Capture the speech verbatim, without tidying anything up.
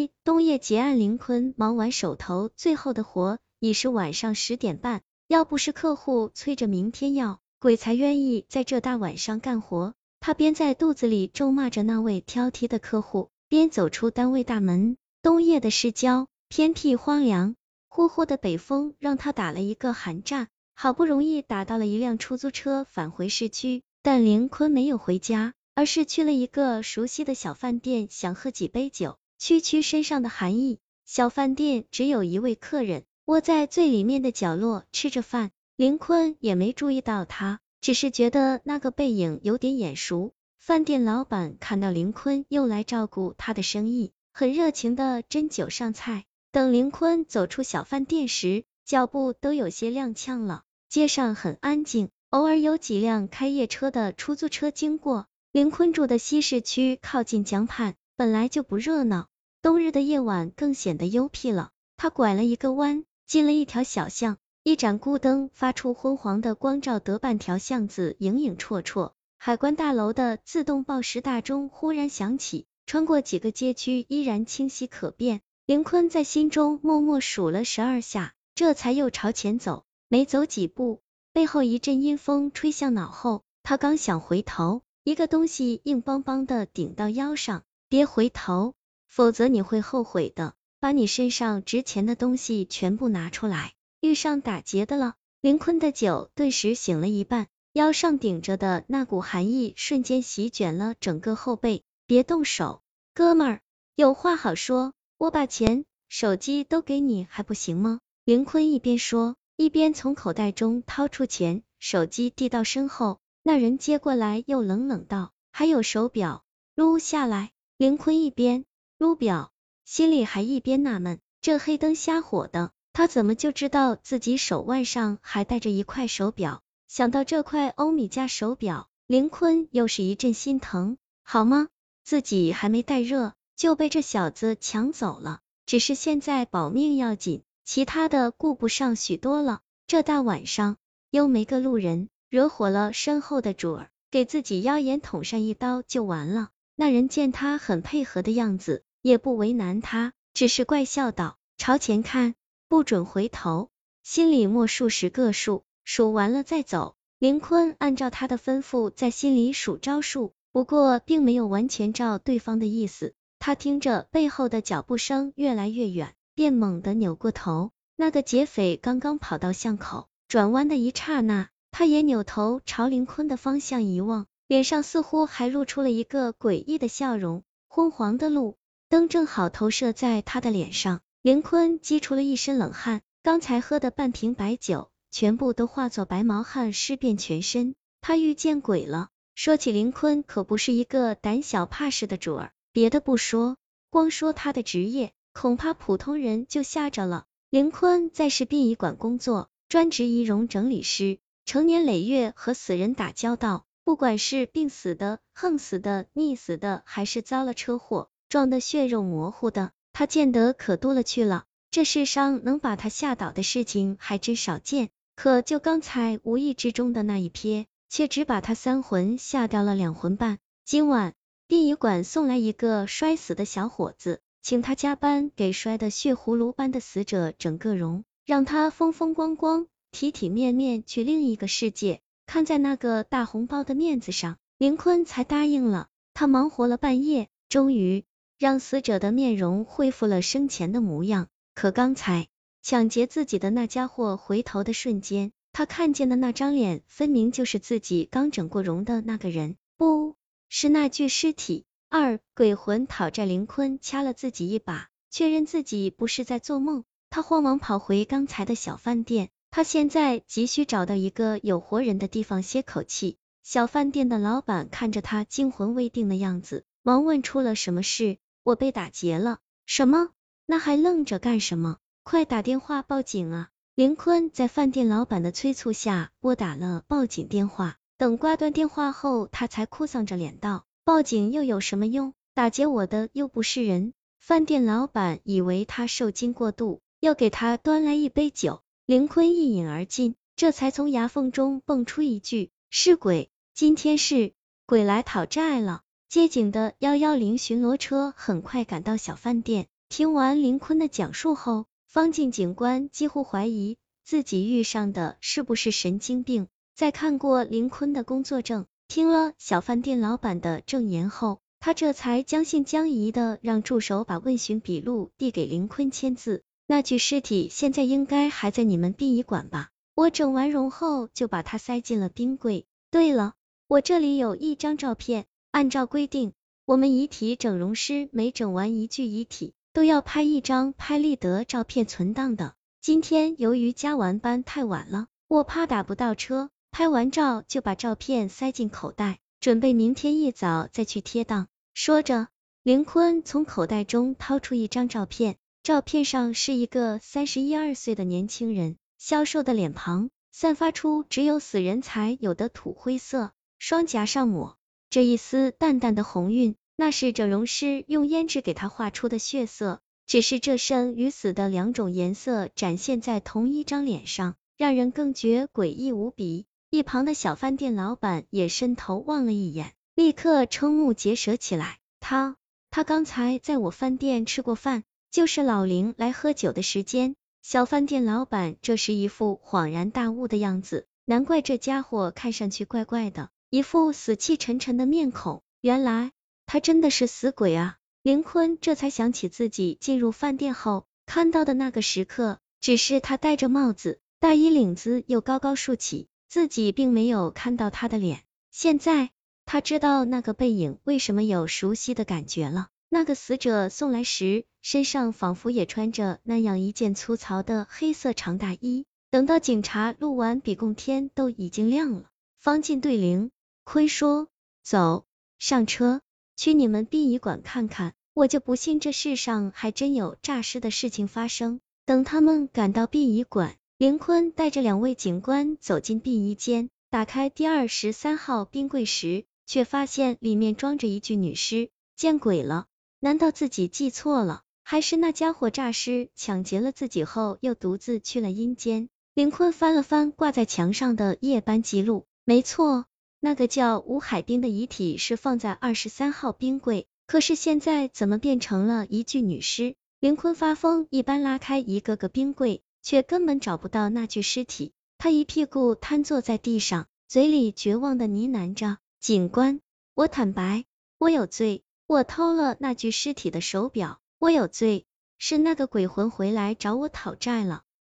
冬夜结案，林坤忙完手头最后的活，已是晚上十点半。要不是客户催着明天要，鬼才愿意在这大晚上干活。他边在肚子里咒骂着那位挑剔的客户，边走出单位大门。冬夜的市郊偏僻荒凉，呼呼的北风让他打了一个寒战，好不容易打到了一辆出租车返回市区，但林坤没有回家，而是去了一个熟悉的小饭店，想喝几杯酒，驱驱身上的寒意。小饭店只有一位客人，窝在最里面的角落吃着饭，林坤也没注意到他，只是觉得那个背影有点眼熟。饭店老板看到林坤又来照顾他的生意，很热情的斟酒上菜。等林坤走出小饭店时，脚步都有些踉跄了。街上很安静，偶尔有几辆开夜车的出租车经过。林坤住的西市区靠近江畔，本来就不热闹，冬日的夜晚更显得幽僻了。他拐了一个弯，进了一条小巷，一盏孤灯发出昏黄的光照得半条巷子影影绰绰。海关大楼的自动报时大钟忽然响起，穿过几个街区依然清晰可辨。林坤在心中默默数了十二下，这才又朝前走。没走几步，背后一阵阴风吹向脑后，他刚想回头，一个东西硬邦邦的顶到腰上。别回头，否则你会后悔的，把你身上值钱的东西全部拿出来。遇上打劫的了。林坤的酒顿时醒了一半，腰上顶着的那股寒意瞬间席卷了整个后背。别动手，哥们儿，有话好说，我把钱、手机都给你还不行吗？林坤一边说，一边从口袋中掏出钱，手机递到身后。那人接过来又冷冷道，还有手表，撸下来。林坤一边撸表，心里还一边纳闷，这黑灯瞎火的，他怎么就知道自己手腕上还戴着一块手表？想到这块欧米茄手表，林坤又是一阵心疼。好吗？自己还没带热，就被这小子抢走了。只是现在保命要紧，其他的顾不上许多了。这大晚上又没个路人，惹火了身后的主儿，给自己腰眼捅上一刀就完了。那人见他很配合的样子，也不为难他，只是怪笑道，朝前看，不准回头。心里默数十个数，数完了再走。林坤按照他的吩咐在心里数招数，不过并没有完全照对方的意思。他听着背后的脚步声越来越远，便猛地扭过头。那个劫匪刚刚跑到巷口，转弯的一刹那，他也扭头朝林坤的方向一望，脸上似乎还露出了一个诡异的笑容。昏黄的路灯正好投射在他的脸上，林坤激出了一身冷汗，刚才喝的半瓶白酒全部都化作白毛汗湿遍全身。他遇见鬼了。说起林坤可不是一个胆小怕事的主儿，别的不说，光说他的职业，恐怕普通人就吓着了。林坤在市殡仪馆工作，专职仪容整理师，成年累月和死人打交道，不管是病死的、横死的、溺死的，还是遭了车祸撞得血肉模糊的，他见得可多了去了。这世上能把他吓倒的事情还真少见，可就刚才无意之中的那一瞥，却只把他三魂吓掉了两魂半。今晚殡仪馆送来一个摔死的小伙子，请他加班给摔得血葫芦般的死者整个容，让他风风光光、体体面面去另一个世界。看在那个大红包的面子上，林坤才答应了。他忙活了半夜，终于让死者的面容恢复了生前的模样。可刚才抢劫自己的那家伙回头的瞬间，他看见的那张脸分明就是自己刚整过容的那个人，不是那具尸体。二鬼魂讨债，林坤掐了自己一把，确认自己不是在做梦。他慌忙跑回刚才的小饭店，他现在急需找到一个有活人的地方歇口气。小饭店的老板看着他惊魂未定的样子，忙问出了什么事。我被打劫了。什么？那还愣着干什么？快打电话报警啊！林坤在饭店老板的催促下拨打了报警电话，等挂断电话后，他才哭丧着脸道，报警又有什么用？打劫我的又不是人。饭店老板以为他受惊过度，又给他端来一杯酒。林坤一饮而尽，这才从牙缝中蹦出一句，是鬼，今天是鬼来讨债了。接警的一一零巡逻车很快赶到小饭店， 听完林坤的讲述后，方静警官几乎怀疑自己遇上的是不是神经病。在看过林坤的工作证，听了小饭店老板的证言后，他这才将信将疑的让助手把问询笔录递给林坤签字。那具尸体现在应该还在你们殡仪馆吧？我整完容后就把它塞进了冰柜。对了，我这里有一张照片，按照规定，我们遗体整容师每整完一具遗体，都要拍一张拍立得照片存档的。今天由于加完班太晚了，我怕打不到车，拍完照就把照片塞进口袋，准备明天一早再去贴档。说着，林坤从口袋中掏出一张照片，照片上是一个三十一二岁的年轻人，消瘦的脸庞散发出只有死人才有的土灰色，双颊上抹这一丝淡淡的红晕，那是整容师用胭脂给他画出的血色，只是这生与死的两种颜色展现在同一张脸上，让人更觉诡异无比。一旁的小饭店老板也伸头望了一眼，立刻瞠目结舌起来。他他刚才在我饭店吃过饭，就是老林来喝酒的时间。小饭店老板这时一副恍然大悟的样子，难怪这家伙看上去怪怪的，一副死气沉沉的面孔，原来他真的是死鬼啊！林坤这才想起自己进入饭店后看到的那个时刻，只是他戴着帽子，大衣领子又高高竖起，自己并没有看到他的脸。现在他知道那个背影为什么有熟悉的感觉了，那个死者送来时身上仿佛也穿着那样一件粗糙的黑色长大衣。等到警察录完笔供，天都已经亮了。方进对林坤说，走，上车，去你们殡仪馆看看，我就不信这世上还真有诈尸的事情发生。等他们赶到殡仪馆，林坤带着两位警官走进殡仪间，打开第二十三号冰柜时，却发现里面装着一具女尸。见鬼了，难道自己记错了？还是那家伙诈尸抢劫了自己后又独自去了阴间？林坤翻了翻挂在墙上的夜班记录，没错，那个叫吴海滨的遗体是放在二十三号冰柜，可是现在怎么变成了一具女尸？林坤发疯一般拉开一个个冰柜，却根本找不到那具尸体。他一屁股瘫坐在地上，嘴里绝望的呢喃着，警官，我坦白，我有罪，我偷了那具尸体的手表，我有罪，是那个鬼魂回来找我讨债了。